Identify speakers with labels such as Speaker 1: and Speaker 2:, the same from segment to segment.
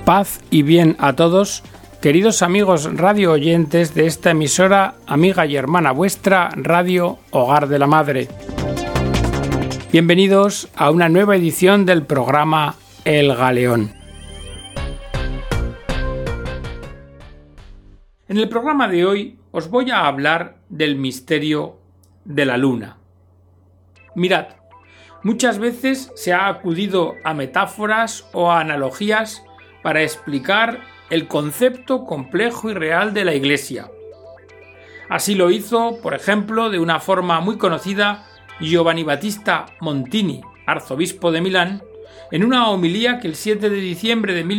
Speaker 1: Paz y bien a todos, queridos amigos radio oyentes de esta emisora, amiga y hermana vuestra, Radio Hogar de la Madre. Bienvenidos a una nueva edición del programa El Galeón. En el programa de hoy os voy a hablar del misterio de la luna. Mirad, muchas veces se ha acudido a metáforas o a analogías para explicar el concepto complejo y real de la Iglesia. Así lo hizo, por ejemplo, de una forma muy conocida, Giovanni Battista Montini, arzobispo de Milán, en una homilía que el 7 de diciembre de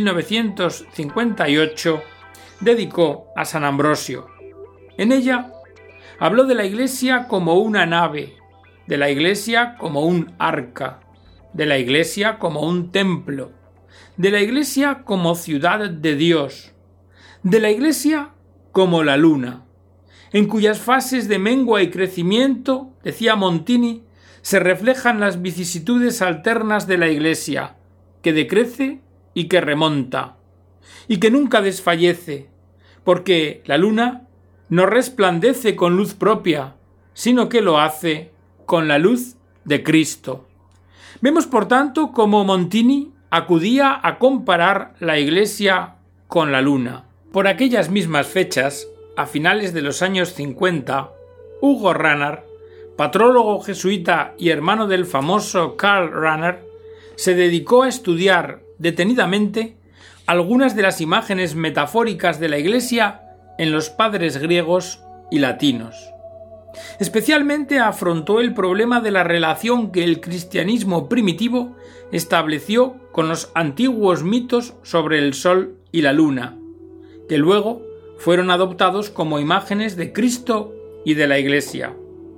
Speaker 1: 1958 dedicó a San Ambrosio. En ella habló de la Iglesia como una nave, de la Iglesia como un arca, de la Iglesia como un templo, de la Iglesia como ciudad de Dios, de la Iglesia como la luna, en cuyas fases de mengua y crecimiento, decía Montini, se reflejan las vicisitudes alternas de la Iglesia, que decrece y que remonta, y que nunca desfallece, porque la luna no resplandece con luz propia, sino que lo hace con la luz de Cristo. Vemos, por tanto, cómo Montini acudía a comparar la Iglesia con la luna. Por aquellas mismas fechas, a finales de los años 50, Hugo Ranner, patrólogo jesuita y hermano del famoso Karl Rahner, se dedicó a estudiar detenidamente algunas de las imágenes metafóricas de la Iglesia en los padres griegos y latinos. Especialmente afrontó el problema de la relación que el cristianismo primitivo estableció con los antiguos mitos sobre el sol y la luna, que luego fueron adoptados como imágenes de Cristo y de la Iglesia.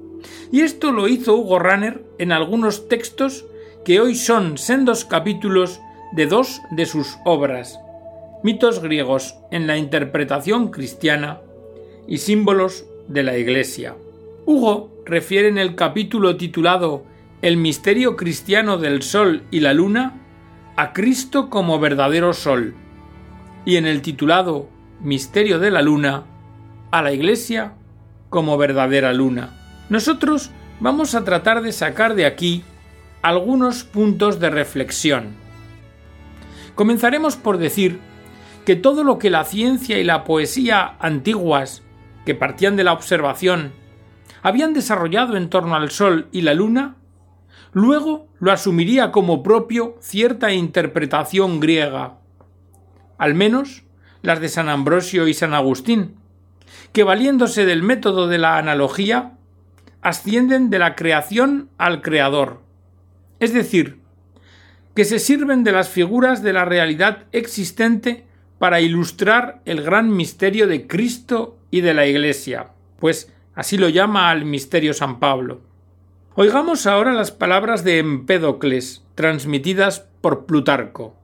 Speaker 1: Y esto lo hizo Hugo Ranner en algunos textos que hoy son sendos capítulos de dos de sus obras, Mitos griegos en la interpretación cristiana y Símbolos de la Iglesia. Hugo refiere en el capítulo titulado El misterio cristiano del sol y la luna a Cristo como verdadero sol, y en el titulado Misterio de la luna a la Iglesia como verdadera luna. Nosotros vamos a tratar de sacar de aquí algunos puntos de reflexión. Comenzaremos por decir que todo lo que la ciencia y la poesía antiguas, que partían de la observación, habían desarrollado en torno al sol y la luna, luego lo asumiría como propio cierta interpretación griega, al menos las de San Ambrosio y San Agustín, que valiéndose del método de la analogía, ascienden de la creación al creador, es decir, que se sirven de las figuras de la realidad existente para ilustrar el gran misterio de Cristo y de la Iglesia, pues así lo llama al misterio San Pablo. Oigamos ahora las palabras de Empédocles, transmitidas por Plutarco.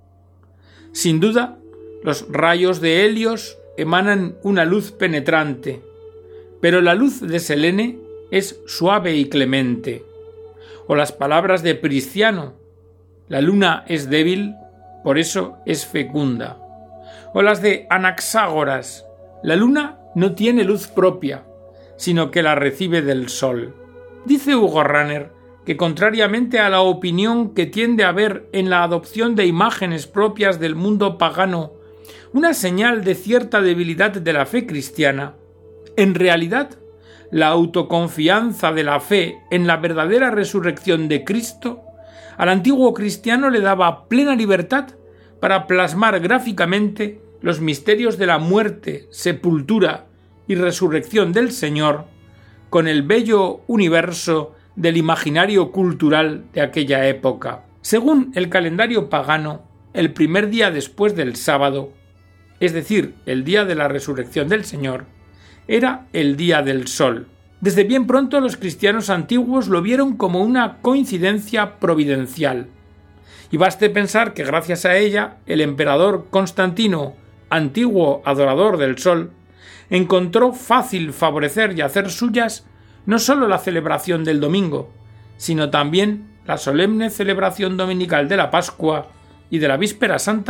Speaker 1: Sin duda, los rayos de Helios emanan una luz penetrante, pero la luz de Selene es suave y clemente. O las palabras de Prisciano, la luna es débil, por eso es fecunda. O las de Anaxágoras, la luna no tiene luz propia, sino que la recibe del sol. Dice Hugo Ranner que, contrariamente a la opinión que tiende a haber en la adopción de imágenes propias del mundo pagano, una señal de cierta debilidad de la fe cristiana, en realidad, la autoconfianza de la fe en la verdadera resurrección de Cristo, al antiguo cristiano le daba plena libertad para plasmar gráficamente los misterios de la muerte, sepultura y resurrección del Señor con el bello universo del imaginario cultural de aquella época. Según el calendario pagano, el primer día después del sábado, es decir, el día de la resurrección del Señor, era el día del sol. Desde bien pronto los cristianos antiguos lo vieron como una coincidencia providencial. Y baste pensar que gracias a ella el emperador Constantino, antiguo adorador del sol, encontró fácil favorecer y hacer suyas no sólo la celebración del domingo, sino también la solemne celebración dominical de la Pascua y de la Víspera Santa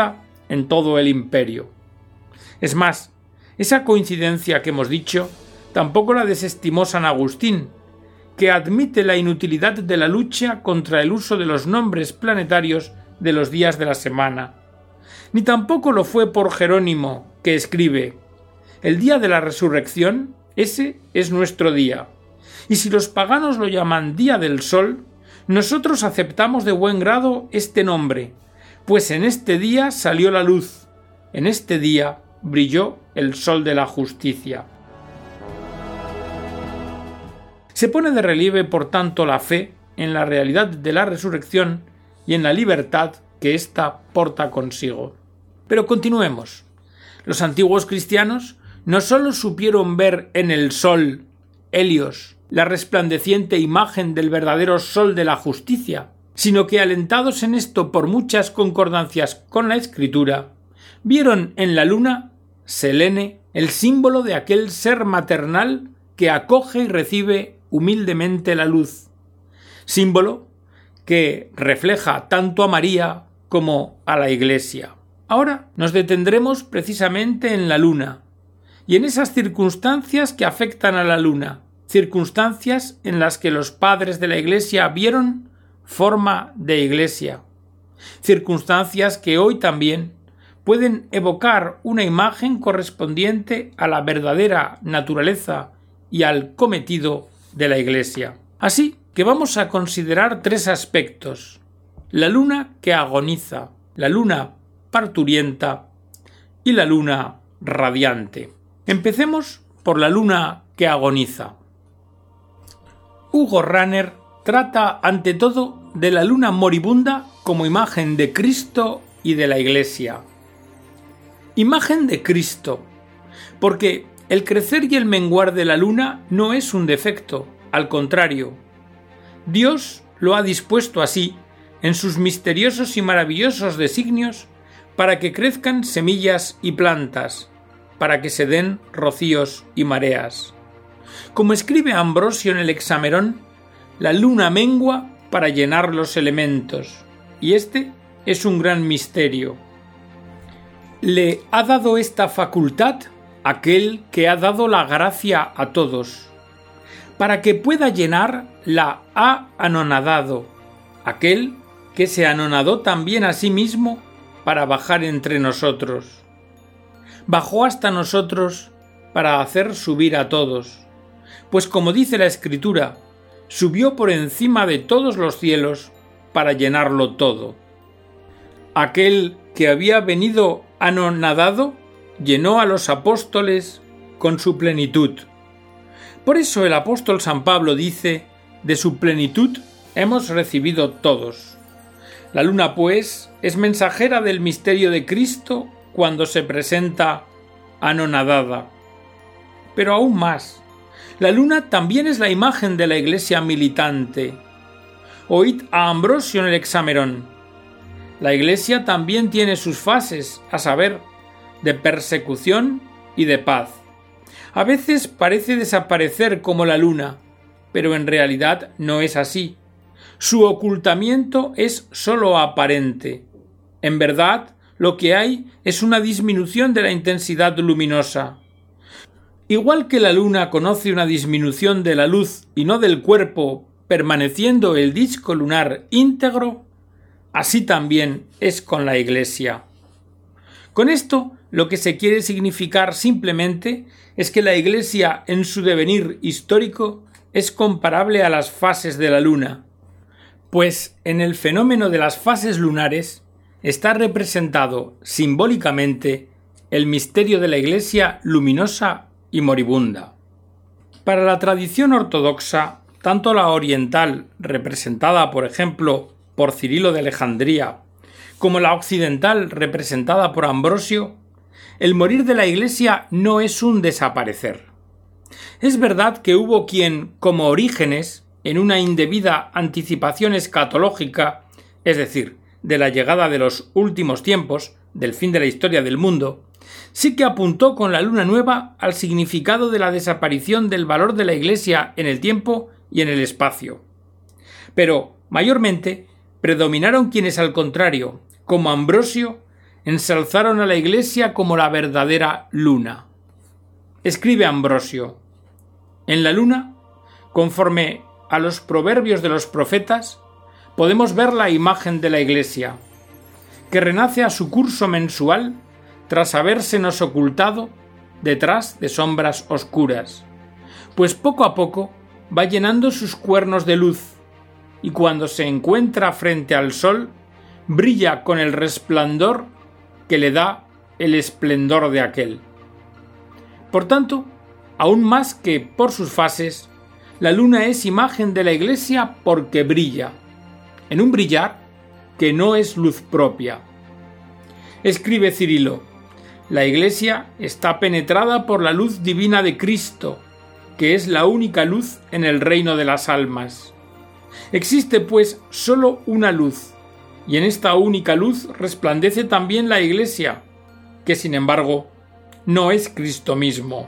Speaker 1: en todo el imperio. Es más, esa coincidencia que hemos dicho tampoco la desestimó San Agustín, que admite la inutilidad de la lucha contra el uso de los nombres planetarios de los días de la semana. Ni tampoco lo fue por Jerónimo, que escribe: el día de la resurrección, ese es nuestro día. Y si los paganos lo llaman día del sol, nosotros aceptamos de buen grado este nombre, pues en este día salió la luz, en este día brilló el sol de la justicia. Se pone de relieve, por tanto, la fe en la realidad de la resurrección y en la libertad que ésta porta consigo. Pero continuemos. Los antiguos cristianos no sólo supieron ver en el sol, Helios, la resplandeciente imagen del verdadero sol de la justicia, sino que, alentados en esto por muchas concordancias con la Escritura, vieron en la luna, Selene, el símbolo de aquel ser maternal que acoge y recibe humildemente la luz, símbolo que refleja tanto a María como a la Iglesia. Ahora nos detendremos precisamente en la luna y en esas circunstancias que afectan a la luna, circunstancias en las que los padres de la Iglesia vieron forma de Iglesia, circunstancias que hoy también pueden evocar una imagen correspondiente a la verdadera naturaleza y al cometido de la Iglesia. Así que vamos a considerar tres aspectos: la luna que agoniza, la luna parturienta y la luna radiante. Empecemos por la luna que agoniza. Hugo Ranner trata ante todo de la luna moribunda como imagen de Cristo y de la Iglesia. Imagen de Cristo, porque el crecer y el menguar de la luna no es un defecto, al contrario. Dios lo ha dispuesto así, en sus misteriosos y maravillosos designios, para que crezcan semillas y plantas, para que se den rocíos y mareas. Como escribe Ambrosio en el Hexamerón, la luna mengua para llenar los elementos, y este es un gran misterio. Le ha dado esta facultad aquel que ha dado la gracia a todos, para que pueda llenar la ha anonadado, aquel que se anonadó también a sí mismo para bajar entre nosotros. Bajó hasta nosotros para hacer subir a todos, pues como dice la Escritura, subió por encima de todos los cielos para llenarlo todo. Aquel que había venido anonadado llenó a los apóstoles con su plenitud. Por eso el apóstol San Pablo dice: de su plenitud hemos recibido todos. La luna, pues, es mensajera del misterio de Cristo cuando se presenta anonadada. Pero aún más, la luna también es la imagen de la Iglesia militante. Oíd a Ambrosio en el Hexamerón. La Iglesia también tiene sus fases, a saber, de persecución y de paz. A veces parece desaparecer como la luna, pero en realidad no es así. Su ocultamiento es sólo aparente. En verdad, lo que hay es una disminución de la intensidad luminosa. Igual que la luna conoce una disminución de la luz y no del cuerpo, permaneciendo el disco lunar íntegro, así también es con la Iglesia. Con esto, lo que se quiere significar simplemente es que la Iglesia en su devenir histórico es comparable a las fases de la luna, pues en el fenómeno de las fases lunares está representado simbólicamente el misterio de la Iglesia luminosa y moribunda. Para la tradición ortodoxa, tanto la oriental, representada por ejemplo por Cirilo de Alejandría, como la occidental, representada por Ambrosio, el morir de la Iglesia no es un desaparecer. Es verdad que hubo quien, como Orígenes, en una indebida anticipación escatológica, es decir, de la llegada de los últimos tiempos, del fin de la historia del mundo, sí que apuntó con la luna nueva al significado de la desaparición del valor de la Iglesia en el tiempo y en el espacio. Pero, mayormente, predominaron quienes, al contrario, como Ambrosio, ensalzaron a la Iglesia como la verdadera luna. Escribe Ambrosio: en la luna, conforme a los proverbios de los profetas, podemos ver la imagen de la Iglesia, que renace a su curso mensual tras habérsenos ocultado detrás de sombras oscuras, pues poco a poco va llenando sus cuernos de luz, y cuando se encuentra frente al sol, brilla con el resplandor que le da el esplendor de aquel. Por tanto, aún más que por sus fases, la luna es imagen de la Iglesia porque brilla, en un brillar que no es luz propia. Escribe Cirilo: la Iglesia está penetrada por la luz divina de Cristo, que es la única luz en el reino de las almas. Existe, pues, sólo una luz, y en esta única luz resplandece también la Iglesia, que sin embargo no es Cristo mismo.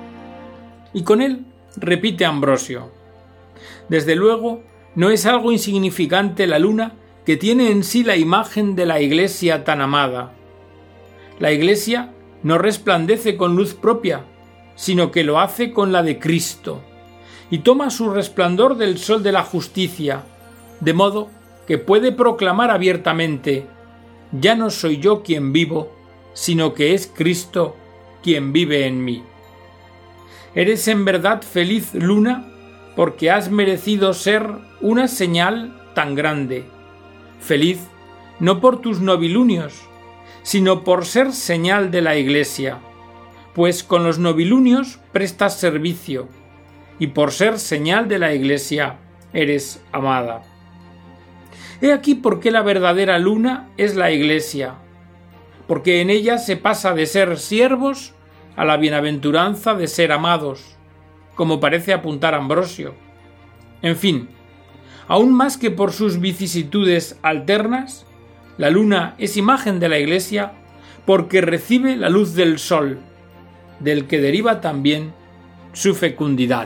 Speaker 1: Y con él repite Ambrosio: desde luego no es algo insignificante la luna, que tiene en sí la imagen de la Iglesia tan amada. La Iglesia no resplandece con luz propia, sino que lo hace con la de Cristo, y toma su resplandor del sol de la justicia, de modo que puede proclamar abiertamente: ya no soy yo quien vivo, sino que es Cristo quien vive en mí. Eres en verdad feliz, luna, porque has merecido ser una señal tan grande. Feliz no por tus novilunios, sino por ser señal de la Iglesia, pues con los novilunios prestas servicio, y por ser señal de la Iglesia eres amada. He aquí por qué la verdadera luna es la Iglesia, porque en ella se pasa de ser siervos a la bienaventuranza de ser amados, como parece apuntar Ambrosio. En fin, aún más que por sus vicisitudes alternas, la luna es imagen de la Iglesia porque recibe la luz del sol, del que deriva también su fecundidad.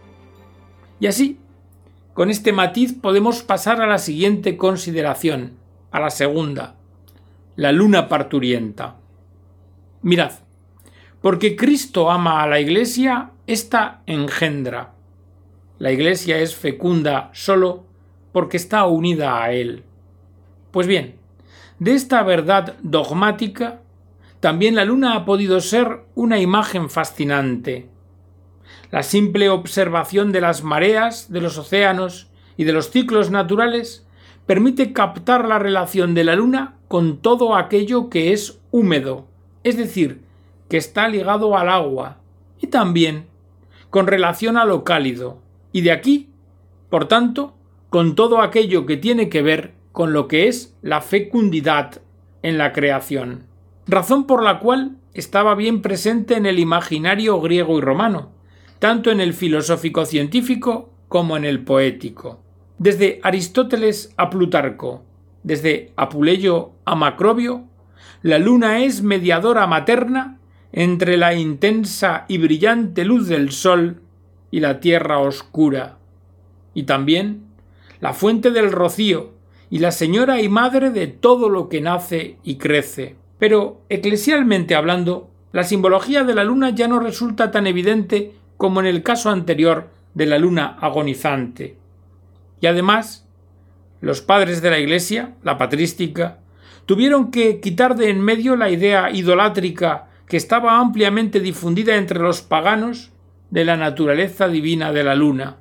Speaker 1: Y así, con este matiz podemos pasar a la siguiente consideración, a la segunda: la luna parturienta. Mirad, porque Cristo ama a la Iglesia, ésta engendra. La Iglesia es fecunda solo porque está unida a Él. Pues bien, de esta verdad dogmática, también la luna ha podido ser una imagen fascinante. La simple observación de las mareas, de los océanos y de los ciclos naturales permite captar la relación de la luna con todo aquello que es húmedo, es decir, que está ligado al agua, y también con relación a lo cálido, y de aquí, por tanto, con todo aquello que tiene que ver con lo que es la fecundidad en la creación, razón por la cual estaba bien presente en el imaginario griego y romano, tanto en el filosófico-científico como en el poético. Desde Aristóteles a Plutarco, desde Apuleyo a Macrobio, la luna es mediadora materna entre la intensa y brillante luz del sol y la tierra oscura, y también la fuente del rocío y la señora y madre de todo lo que nace y crece. Pero, eclesialmente hablando, la simbología de la luna ya no resulta tan evidente como en el caso anterior de la luna agonizante. Y además, los padres de la Iglesia, la patrística, tuvieron que quitar de en medio la idea idolátrica que estaba ampliamente difundida entre los paganos de la naturaleza divina de la luna.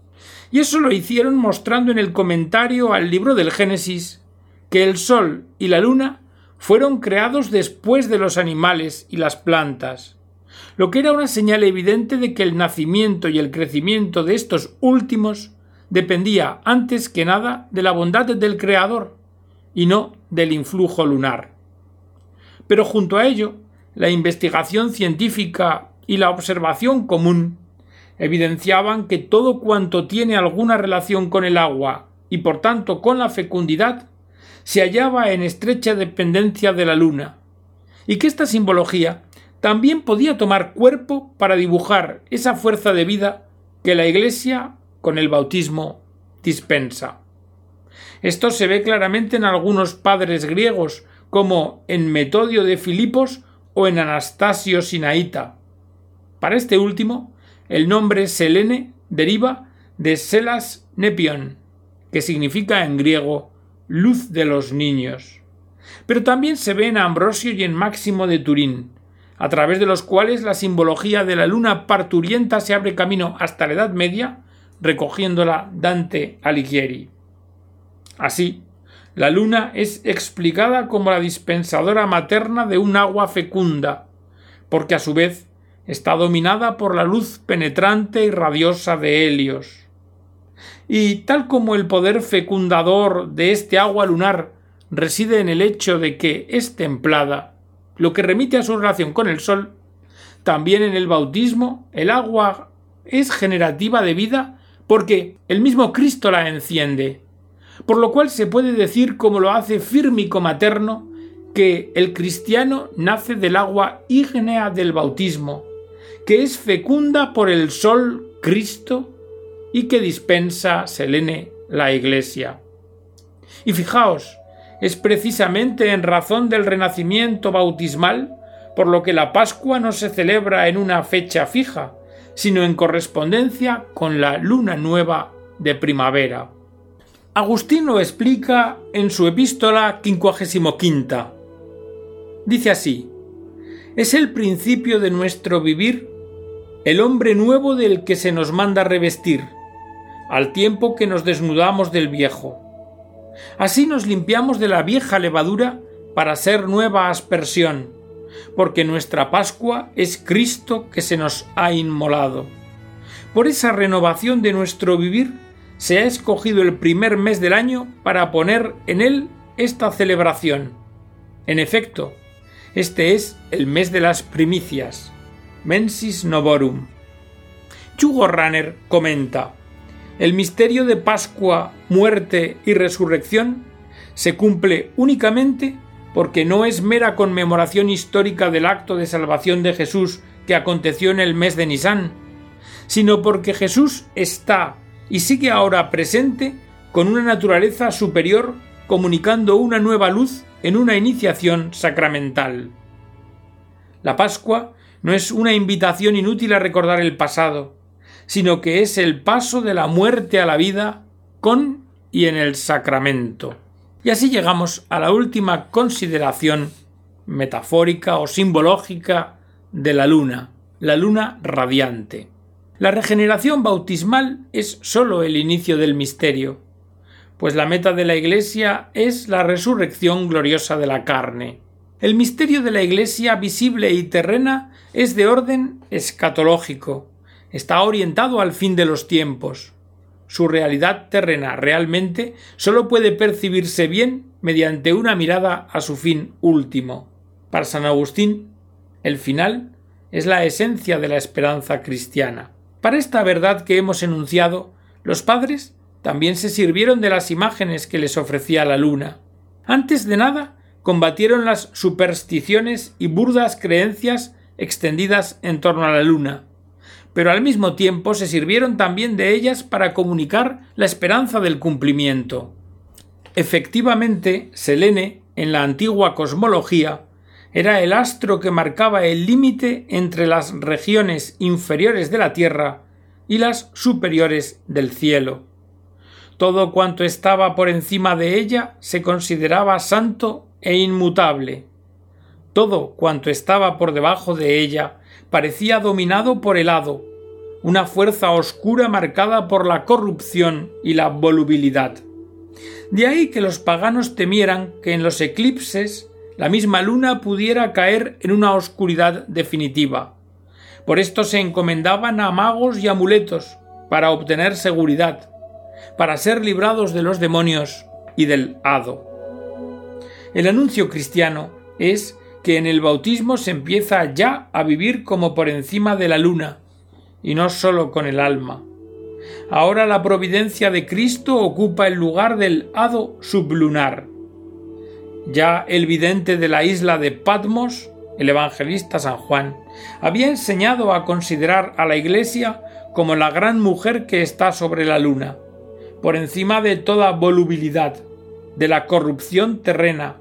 Speaker 1: Y eso lo hicieron mostrando en el comentario al libro del Génesis que el sol y la luna fueron creados después de los animales y las plantas, lo que era una señal evidente de que el nacimiento y el crecimiento de estos últimos dependía antes que nada de la bondad del Creador y no del influjo lunar. Pero junto a ello, la investigación científica y la observación común evidenciaban que todo cuanto tiene alguna relación con el agua y por tanto con la fecundidad se hallaba en estrecha dependencia de la luna, y que esta simbología también podía tomar cuerpo para dibujar esa fuerza de vida que la Iglesia con el bautismo dispensa. Esto se ve claramente en algunos padres griegos como en Metodio de Filipos o en Anastasio Sinaíta. Para este último, el nombre Selene deriva de Selas Nepion, que significa en griego luz de los niños. Pero también se ve en Ambrosio y en Máximo de Turín, a través de los cuales la simbología de la luna parturienta se abre camino hasta la Edad Media, recogiéndola Dante Alighieri. Así, la luna es explicada como la dispensadora materna de un agua fecunda, porque a su vez está dominada por la luz penetrante y radiosa de Helios. Y tal como el poder fecundador de este agua lunar reside en el hecho de que es templada, lo que remite a su relación con el sol, también en el bautismo el agua es generativa de vida porque el mismo Cristo la enciende, por lo cual se puede decir, como lo hace Fírmico Materno, que el cristiano nace del agua ígnea del bautismo, que es fecunda por el sol Cristo y que dispensa Selene la Iglesia. Y fijaos, es precisamente en razón del renacimiento bautismal por lo que la Pascua no se celebra en una fecha fija, sino en correspondencia con la luna nueva de primavera. Agustín lo explica en su epístola 55. Dice así: es el principio de nuestro vivir, el hombre nuevo del que se nos manda revestir, al tiempo que nos desnudamos del viejo. Así nos limpiamos de la vieja levadura para ser nueva aspersión, porque nuestra Pascua es Cristo que se nos ha inmolado. Por esa renovación de nuestro vivir se ha escogido el primer mes del año para poner en él esta celebración. En efecto, este es el mes de las primicias, Mensis Novorum. Hugo Ranner comenta: el misterio de Pascua, muerte y resurrección se cumple únicamente porque no es mera conmemoración histórica del acto de salvación de Jesús que aconteció en el mes de Nisán, sino porque Jesús está y sigue ahora presente con una naturaleza superior, comunicando una nueva luz en una iniciación sacramental. La Pascua no es una invitación inútil a recordar el pasado, sino que es el paso de la muerte a la vida con y en el sacramento. Y así llegamos a la última consideración metafórica o simbológica de la luna radiante. La regeneración bautismal es sólo el inicio del misterio, pues la meta de la Iglesia es la resurrección gloriosa de la carne. El misterio de la Iglesia visible y terrena es de orden escatológico, está orientado al fin de los tiempos. Su realidad terrena realmente sólo puede percibirse bien mediante una mirada a su fin último. Para San Agustín, el final es la esencia de la esperanza cristiana. Para esta verdad que hemos enunciado, los padres también se sirvieron de las imágenes que les ofrecía la luna. Antes de nada, combatieron las supersticiones y burdas creencias extendidas en torno a la luna, pero al mismo tiempo se sirvieron también de ellas para comunicar la esperanza del cumplimiento. Efectivamente, Selene, en la antigua cosmología, era el astro que marcaba el límite entre las regiones inferiores de la tierra y las superiores del cielo. Todo cuanto estaba por encima de ella se consideraba santo e inmutable. Todo cuanto estaba por debajo de ella parecía dominado por el hado, una fuerza oscura marcada por la corrupción y la volubilidad. De ahí que los paganos temieran que en los eclipses la misma luna pudiera caer en una oscuridad definitiva. Por esto se encomendaban a magos y amuletos para obtener seguridad, para ser librados de los demonios y del hado. El anuncio cristiano es que en el bautismo se empieza ya a vivir como por encima de la luna, y no sólo con el alma. Ahora la providencia de Cristo ocupa el lugar del hado sublunar. Ya el vidente de la isla de Patmos, el evangelista San Juan, había enseñado a considerar a la Iglesia como la gran mujer que está sobre la luna, por encima de toda volubilidad, de la corrupción terrena,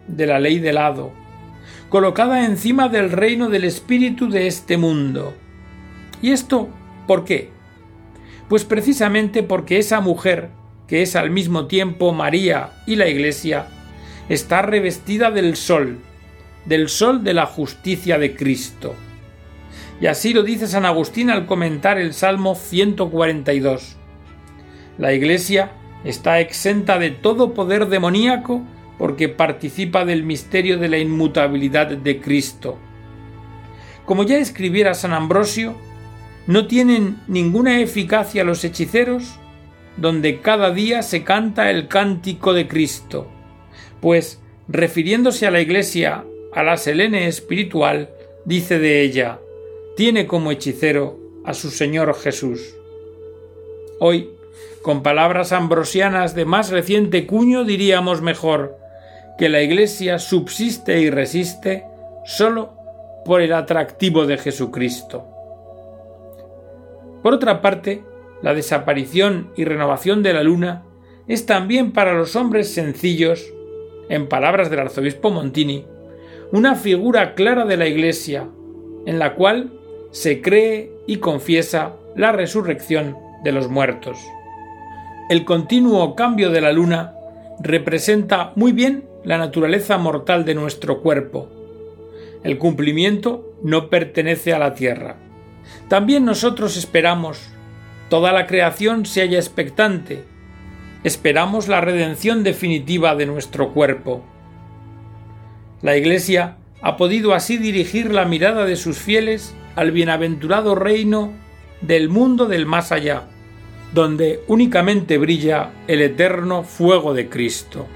Speaker 1: de la ley del hado, colocada encima del reino del espíritu de este mundo. ¿Y esto por qué? Pues precisamente porque esa mujer, que es al mismo tiempo María y la Iglesia, está revestida del sol de la justicia de Cristo. Y así lo dice San Agustín al comentar el Salmo 142. La Iglesia está exenta de todo poder demoníaco porque participa del misterio de la inmutabilidad de Cristo. Como ya escribiera San Ambrosio, no tienen ninguna eficacia los hechiceros donde cada día se canta el cántico de Cristo, pues, refiriéndose a la Iglesia, a la Selene espiritual, dice de ella: tiene como hechicero a su Señor Jesús. Hoy, con palabras ambrosianas de más reciente cuño, diríamos mejor que la Iglesia subsiste y resiste solo por el atractivo de Jesucristo. Por otra parte, la desaparición y renovación de la luna es también para los hombres sencillos, en palabras del arzobispo Montini, una figura clara de la Iglesia, en la cual se cree y confiesa la resurrección de los muertos. El continuo cambio de la luna representa muy bien la naturaleza mortal de nuestro cuerpo. El cumplimiento no pertenece a la tierra. También nosotros esperamos, toda la creación se halla expectante, esperamos la redención definitiva de nuestro cuerpo. La Iglesia ha podido así dirigir la mirada de sus fieles al bienaventurado reino del mundo del más allá, donde únicamente brilla el eterno fuego de Cristo.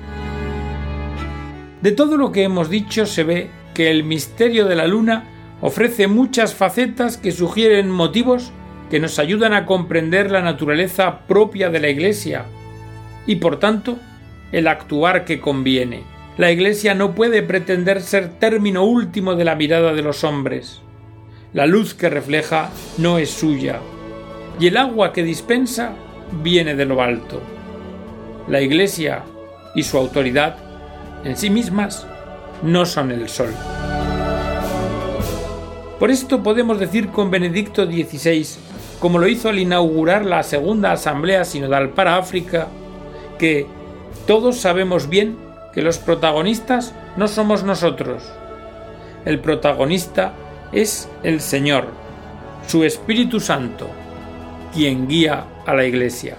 Speaker 1: De todo lo que hemos dicho se ve que el misterio de la luna ofrece muchas facetas que sugieren motivos que nos ayudan a comprender la naturaleza propia de la Iglesia y, por tanto, el actuar que conviene. La Iglesia no puede pretender ser término último de la mirada de los hombres. La luz que refleja no es suya, y el agua que dispensa viene de lo alto. La Iglesia y su autoridad, en sí mismas, no son el sol. Por esto podemos decir con Benedicto XVI, como lo hizo al inaugurar la segunda Asamblea Sinodal para África, que todos sabemos bien que los protagonistas no somos nosotros. El protagonista es el Señor, su Espíritu Santo, quien guía a la Iglesia.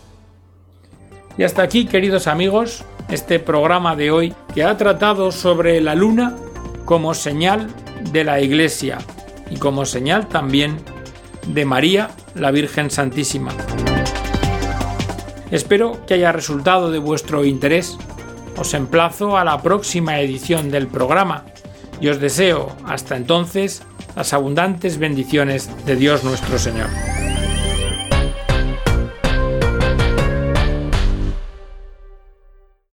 Speaker 1: Y hasta aquí, queridos amigos, este programa de hoy que ha tratado sobre la luna como señal de la Iglesia y como señal también de María, la Virgen Santísima. Espero que haya resultado de vuestro interés. Os emplazo a la próxima edición del programa y os deseo hasta entonces las abundantes bendiciones de Dios nuestro Señor.